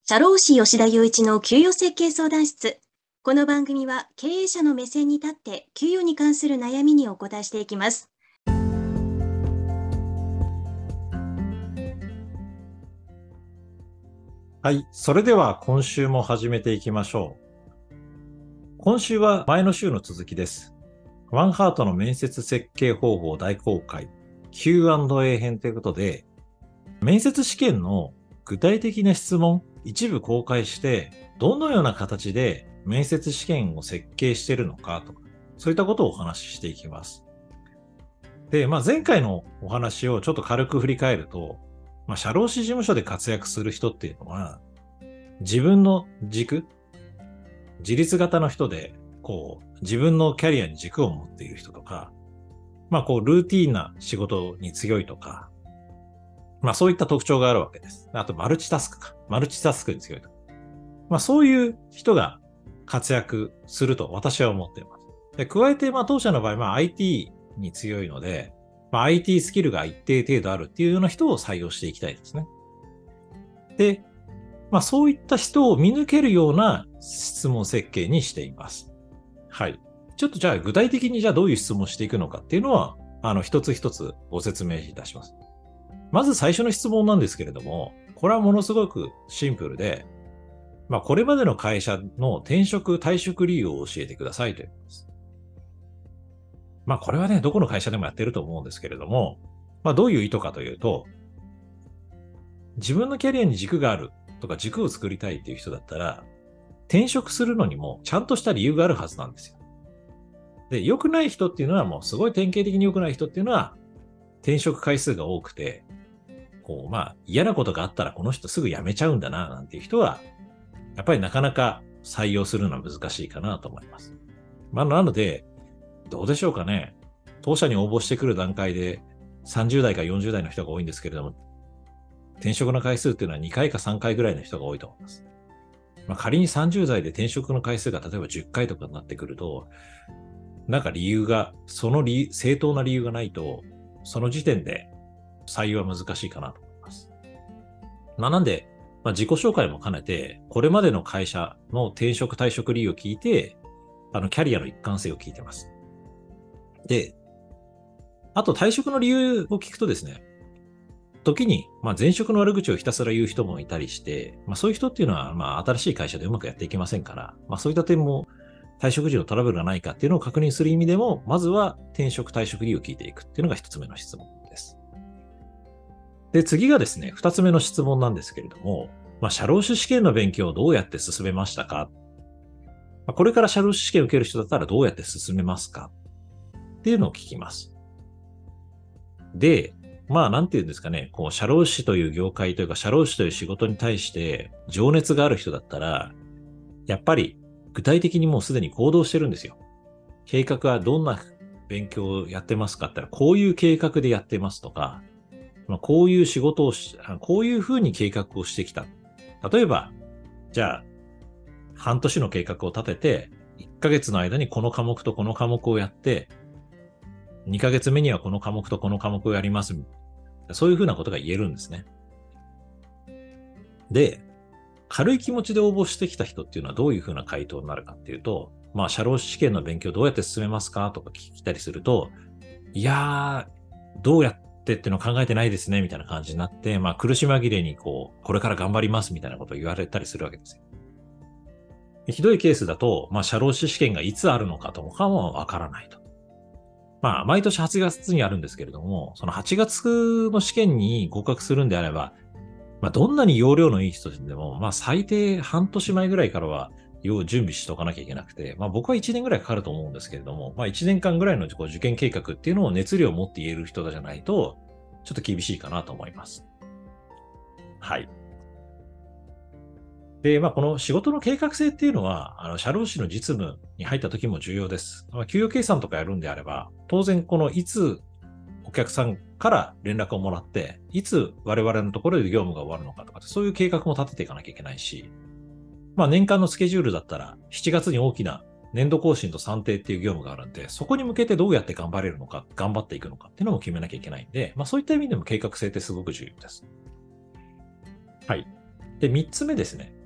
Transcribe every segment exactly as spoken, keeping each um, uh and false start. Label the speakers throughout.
Speaker 1: 社労士吉田雄一の給与設計相談室。この番組は経営者の目線に立って給与に関する悩みにお答えしていきます。
Speaker 2: はい。それでは今週も始めていきましょう。今週は前の週の続きです。ワンハートの面接設計方法大公開 キューアンドエー 編ということで、面接試験の具体的な質問、一部公開して、どのような形で面接試験を設計しているのかとか、そういったことをお話ししていきます。で、まあ、前回のお話をちょっと軽く振り返ると、まあ、社労士事務所で活躍する人っていうのは、自分の軸、自立型の人で、こう、自分のキャリアに軸を持っている人とか、まあ、こう、ルーティーンな仕事に強いとか、まあ、そういった特徴があるわけです。あと、マルチタスクか。マルチタスクに強いとか。まあ、そういう人が活躍すると私は思っています。で、加えて、まあ、当社の場合、まあ、アイティー に強いので、まあ、アイティー スキルが一定程度あるっていうような人を採用していきたいですね。で、まあ、そういった人を見抜けるような質問設計にしています。はい。ちょっとじゃあ具体的にじゃあどういう質問をしていくのかっていうのは、あの、一つ一つご説明いたします。まず最初の質問なんですけれども、これはものすごくシンプルで、まあ、これまでの会社の転職、退職理由を教えてくださいということです。まあ、これはね、どこの会社でもやってると思うんですけれども、まあ、どういう意図かというと、自分のキャリアに軸があるとか軸を作りたいっていう人だったら、転職するのにもちゃんとした理由があるはずなんですよ。で、良くない人っていうのはもうすごい典型的に良くない人っていうのは、転職回数が多くて、こう、まあ、嫌なことがあったらこの人すぐ辞めちゃうんだな、なんていう人は、やっぱりなかなか採用するのは難しいかなと思います。まあ、なので、どうでしょうかね。当社に応募してくる段階でさんじゅう代かよんじゅう代の人が多いんですけれども、転職の回数っていうのはにかいかさんかいぐらいの人が多いと思います。まあ、仮にさんじゅう代で転職の回数が例えばじゅっかいとかになってくると、なんか理由が、その理正当な理由がないと、その時点で採用は難しいかなと思います。まあ、なんで、まあ、自己紹介も兼ねて、これまでの会社の転職退職理由を聞いて、あの、キャリアの一貫性を聞いてます。で、あと退職の理由を聞くとですね、時に、まあ、前職の悪口をひたすら言う人もいたりして、まあ、そういう人っていうのは、まあ、新しい会社でうまくやっていけませんから、まあ、そういった点も退職時のトラブルがないかっていうのを確認する意味でも、まずは転職退職理由を聞いていくっていうのが一つ目の質問です。で、次がですね、二つ目の質問なんですけれども、まあ、社労士試験の勉強をどうやって進めましたか？まあ、これから社労士試験を受ける人だったらどうやって進めますか？っていうのを聞きます。で、まあ、なんていうんですかね、こう、社労士という業界というか、社労士という仕事に対して情熱がある人だったら、やっぱり具体的にもうすでに行動してるんですよ。計画はどんな勉強をやってますかって言ったら、こういう計画でやってますとか、まあ、こういう仕事をし、こういうふうに計画をしてきた。例えば、じゃあ、半年の計画を立てて、いっかげつの間にこの科目とこの科目をやって、にかげつめにはこの科目とこの科目をやります。そういうふうなことが言えるんですね。で、軽い気持ちで応募してきた人っていうのはどういうふうな回答になるかっていうと、まあ、社労士試験の勉強どうやって進めますかとか聞いたりすると、いやー、どうやってっていうのを考えてないですね、みたいな感じになって、まあ、苦し紛れにこう、これから頑張りますみたいなことを言われたりするわけですよ。ひどいケースだと、まあ、社労士試験がいつあるのかとかもわからないと。まあ、毎年はちがつにあるんですけれども、そのはちがつの試験に合格するんであれば、まあ、どんなに容量のいい人でも、まあ、最低半年前ぐらいからは、要準備しておかなきゃいけなくて、まあ、僕はいちねんぐらいかかると思うんですけれども、まあ、いちねんかんぐらいの受験計画っていうのを熱量を持って言える人じゃないと、ちょっと厳しいかなと思います。はい。で、まあ、この仕事の計画性っていうのは、あの、社労士の実務に入った時も重要です。まあ、給与計算とかやるんであれば、当然このいつお客さんから連絡をもらって、いつ我々のところで業務が終わるのかとか、そういう計画も立てていかなきゃいけないし、まあ年間のスケジュールだったら、しちがつに大きな年度更新と算定っていう業務があるんで、そこに向けてどうやって頑張れるのか、頑張っていくのかっていうのも決めなきゃいけないんで、まあそういった意味でも計画性ってすごく重要です。はい。で、三つ目ですね。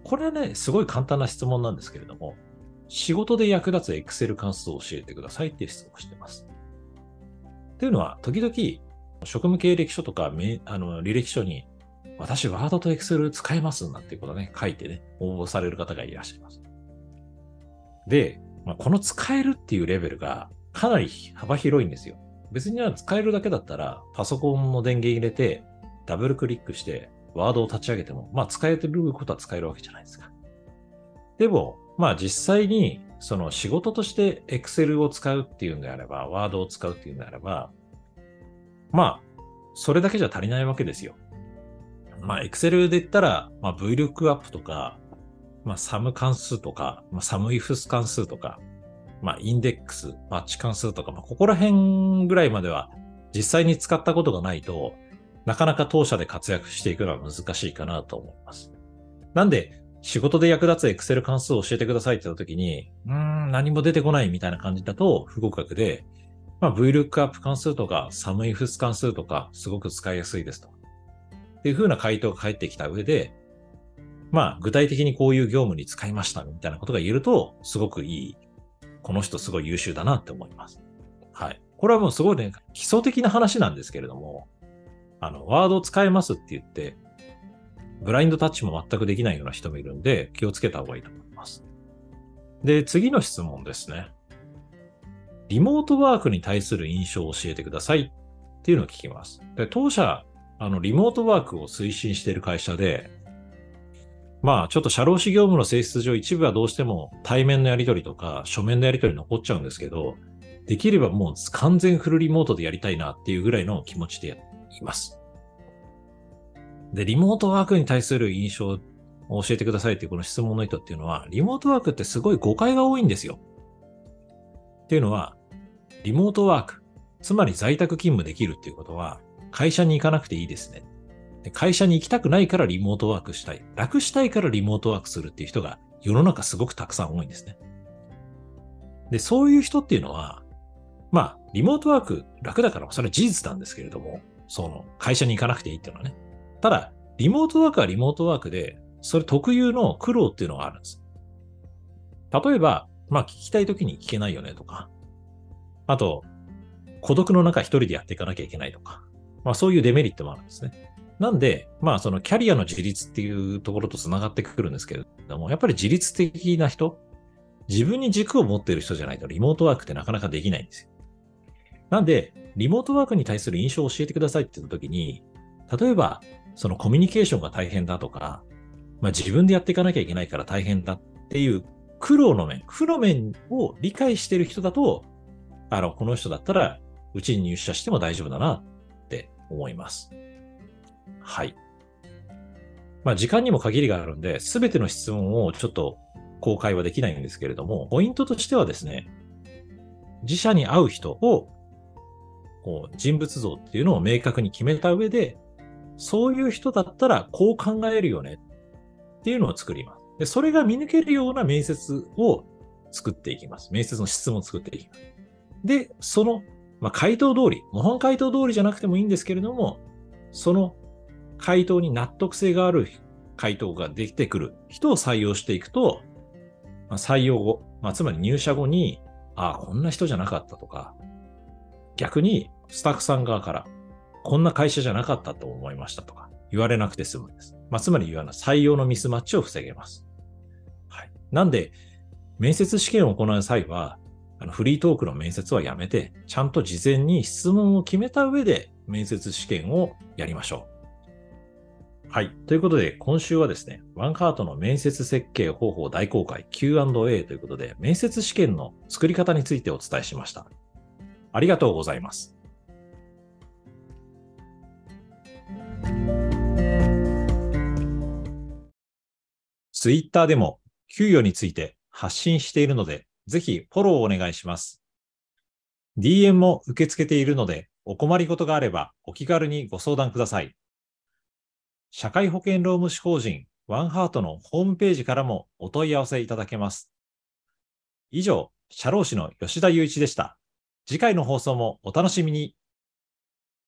Speaker 2: これはね、すごい簡単な質問なんですけれども、仕事で役立つ Excel 関数を教えてくださいっていう質問をしています。というのは、時々、職務経歴書とか、あの履歴書に、私、ワードと Excel 使えますなんていうことをね、書いてね、応募される方がいらっしゃいます。で、まあ、この使えるっていうレベルがかなり幅広いんですよ。別には使えるだけだったら、パソコンの電源入れて、ダブルクリックして、ワードを立ち上げても、まあ使えてることは使えるわけじゃないですか。でも、まあ実際に、その仕事として Excel を使うっていうんであれば、ワードを使うっていうんであれば、まあ、それだけじゃ足りないわけですよ。まあ Excel で言ったら、まあ VLOOKUP とか、まあ サム 関数とか、まあ サム ifs 関数とか、まあインデックス、マッチ関数とか、まあここら辺ぐらいまでは実際に使ったことがないと、なかなか当社で活躍していくのは難しいかなと思います。なんで、仕事で役立つ Excel 関数を教えてくださいって言ったときに、うーん、何も出てこないみたいな感じだと不合格で、まあ、VLOOKUP 関数とか サム ifs 関数とかすごく使いやすいですと。っていう風な回答が返ってきた上で、まあ、具体的にこういう業務に使いましたみたいなことが言えると、すごくいい。この人すごい優秀だなって思います。はい。これはもうすごいね、基礎的な話なんですけれども、あの、ワードを使えますって言って、ブラインドタッチも全くできないような人もいるんで、気をつけた方がいいと思います。で、次の質問ですね。リモートワークに対する印象を教えてくださいっていうのを聞きます。で、当社、あの、リモートワークを推進している会社で、まあ、ちょっと社労士業務の性質上、一部はどうしても対面のやり取りとか、書面のやり取り残っちゃうんですけど、できればもう完全フルリモートでやりたいなっていうぐらいの気持ちでいます。で、リモートワークに対する印象を教えてくださいっていうこの質問の意図っていうのは、リモートワークってすごい誤解が多いんですよ。っていうのは、リモートワーク、つまり在宅勤務できるっていうことは、会社に行かなくていいですね。で、会社に行きたくないからリモートワークしたい。楽したいからリモートワークするっていう人が世の中すごくたくさん多いんですね。で、そういう人っていうのは、まあ、リモートワーク楽だから、それは事実なんですけれども、その、会社に行かなくていいっていうのはね。ただ、リモートワークはリモートワークで、それ特有の苦労っていうのがあるんです。例えば、まあ、聞きたい時に聞けないよねとか、あと、孤独の中一人でやっていかなきゃいけないとか、まあそういうデメリットもあるんですね。なんで、まあそのキャリアの自立っていうところと繋がってくるんですけれども、やっぱり自律的な人、自分に軸を持っている人じゃないとリモートワークってなかなかできないんですよ。なんで、リモートワークに対する印象を教えてくださいって言った時に、例えば、そのコミュニケーションが大変だとか、まあ自分でやっていかなきゃいけないから大変だっていう苦労の面、負の面を理解している人だと、あの、この人だったら、うちに入社しても大丈夫だなって思います。はい。まあ時間にも限りがあるんで、すべての質問をちょっと公開はできないんですけれども、ポイントとしてはですね、自社に合う人を、こう人物像っていうのを明確に決めた上で、そういう人だったらこう考えるよねっていうのを作ります。で、それが見抜けるような面接を作っていきます。面接の質問を作っていきます。で、その、まあ、回答通り、模範回答通りじゃなくてもいいんですけれども、その回答に納得性がある回答ができてくる人を採用していくと、まあ、採用後、まあ、つまり入社後に、ああ、こんな人じゃなかったとか、逆にスタッフさん側から、こんな会社じゃなかったと思いましたとか、言われなくて済むんです。まあ、つまり言わない採用のミスマッチを防げます。はい。なんで、面接試験を行う際は、あのフリートークの面接はやめて、ちゃんと事前に質問を決めた上で面接試験をやりましょう。はい。ということで、今週はですね、ワンハートの面接設計方法大公開 キューアンドエー ということで、面接試験の作り方についてお伝えしました。ありがとうございます。ツイッターでも給与について発信しているので、ぜひフォローをお願いします。ディーエム も受け付けているので、お困りごとがあればお気軽にご相談ください。社会保険労務士法人ワンハートのホームページからもお問い合わせいただけます。以上、社労士の吉田雄一でした。次回の放送もお楽しみに。